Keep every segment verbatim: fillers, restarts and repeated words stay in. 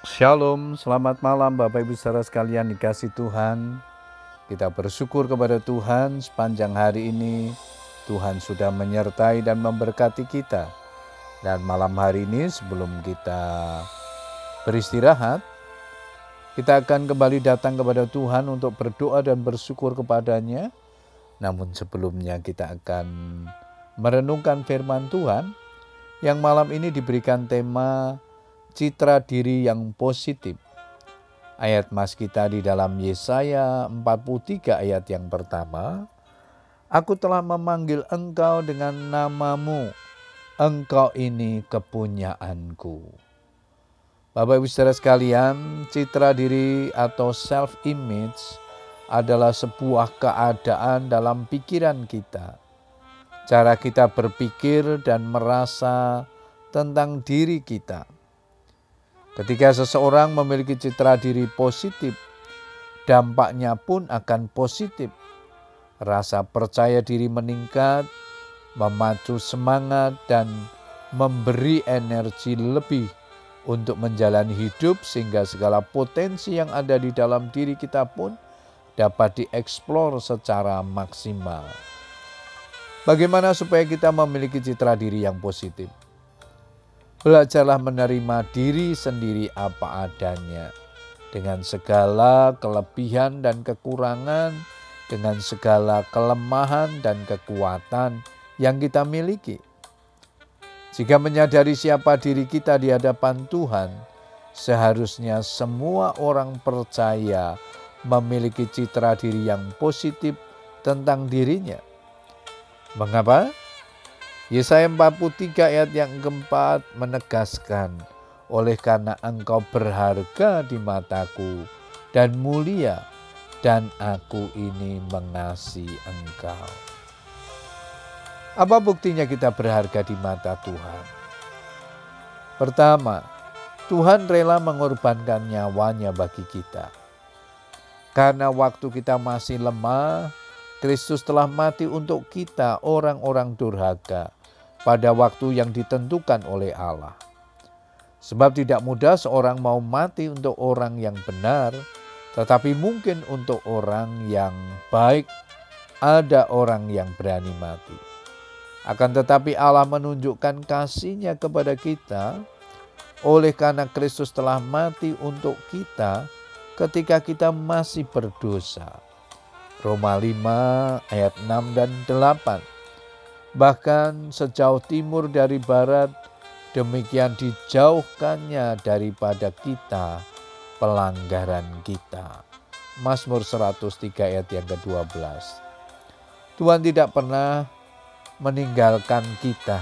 Shalom, selamat malam Bapak Ibu saudara sekalian dikasih Tuhan. Kita bersyukur kepada Tuhan sepanjang hari ini Tuhan sudah menyertai dan memberkati kita. Dan malam hari ini sebelum kita beristirahat, kita akan kembali datang kepada Tuhan untuk berdoa dan bersyukur kepadanya. Namun sebelumnya kita akan merenungkan firman Tuhan yang malam ini diberikan tema citra diri yang positif. Ayat mas kita di dalam Yesaya empat puluh tiga ayat yang pertama. Aku telah memanggil engkau dengan namamu, engkau ini kepunyaanku. Bapak Ibu saudara sekalian, citra diri atau self image adalah sebuah keadaan dalam pikiran kita. Cara kita berpikir dan merasa tentang diri kita. Ketika seseorang memiliki citra diri positif, dampaknya pun akan positif. Rasa percaya diri meningkat, memacu semangat dan memberi energi lebih untuk menjalani hidup sehingga segala potensi yang ada di dalam diri kita pun dapat dieksplor secara maksimal. Bagaimana supaya kita memiliki citra diri yang positif? Belajarlah menerima diri sendiri apa adanya, dengan segala kelebihan dan kekurangan, dengan segala kelemahan dan kekuatan yang kita miliki. Jika menyadari siapa diri kita di hadapan Tuhan, seharusnya semua orang percaya memiliki citra diri yang positif tentang dirinya. Mengapa? Yesaya empat puluh tiga ayat yang keempat menegaskan, oleh karena engkau berharga di mataku dan mulia, dan aku ini mengasihi engkau. Apa buktinya kita berharga di mata Tuhan? Pertama, Tuhan rela mengorbankan nyawanya bagi kita. Karena waktu kita masih lemah, Kristus telah mati untuk kita orang-orang durhaka pada waktu yang ditentukan oleh Allah. Sebab tidak mudah seorang mau mati untuk orang yang benar, tetapi mungkin untuk orang yang baik ada orang yang berani mati. Akan tetapi Allah menunjukkan kasih-Nya kepada kita oleh karena Kristus telah mati untuk kita ketika kita masih berdosa. Roma lima ayat enam dan delapan. Bahkan sejauh timur dari barat, demikian dijauhkannya daripada kita pelanggaran kita. Mazmur seratus tiga ayat yang kedua belas. Tuhan tidak pernah meninggalkan kita.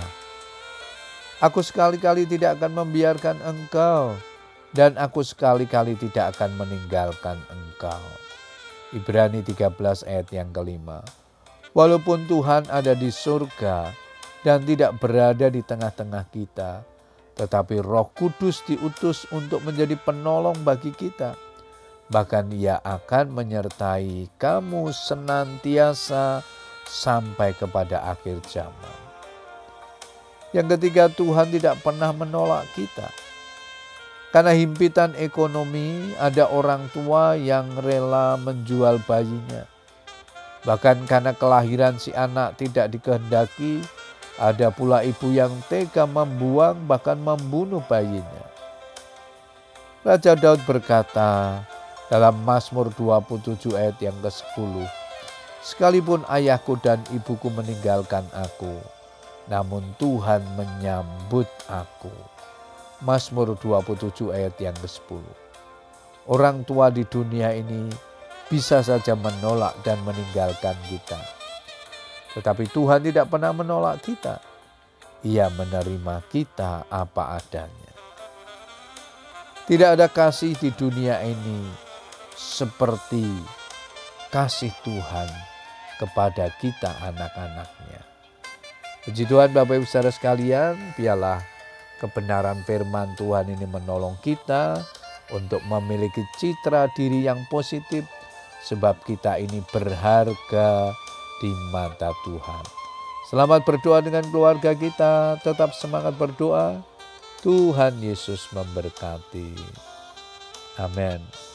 Aku sekali-kali tidak akan membiarkan engkau, dan aku sekali-kali tidak akan meninggalkan engkau. Ibrani tiga belas ayat yang kelima. Walaupun Tuhan ada di surga dan tidak berada di tengah-tengah kita, tetapi Roh Kudus diutus untuk menjadi penolong bagi kita. Bahkan Ia akan menyertai kamu senantiasa sampai kepada akhir zaman. Yang ketiga, Tuhan tidak pernah menolak kita. Karena himpitan ekonomi, ada orang tua yang rela menjual bayinya. Bahkan karena kelahiran si anak tidak dikehendaki, ada pula ibu yang tega membuang bahkan membunuh bayinya. Raja Daud berkata dalam Mazmur dua puluh tujuh ayat yang kesepuluh, sekalipun ayahku dan ibuku meninggalkan aku, namun Tuhan menyambut aku. Mazmur dua puluh tujuh ayat yang kesepuluh. Orang tua di dunia ini bisa saja menolak dan meninggalkan kita. Tetapi Tuhan tidak pernah menolak kita. Ia menerima kita apa adanya. Tidak ada kasih di dunia ini seperti kasih Tuhan kepada kita anak-anaknya. Puji Tuhan Bapak Ibu saudara sekalian, biarlah kebenaran firman Tuhan ini menolong kita untuk memiliki citra diri yang positif, sebab kita ini berharga di mata Tuhan. Selamat berdoa dengan keluarga kita, tetap semangat berdoa. Tuhan Yesus memberkati. Amin.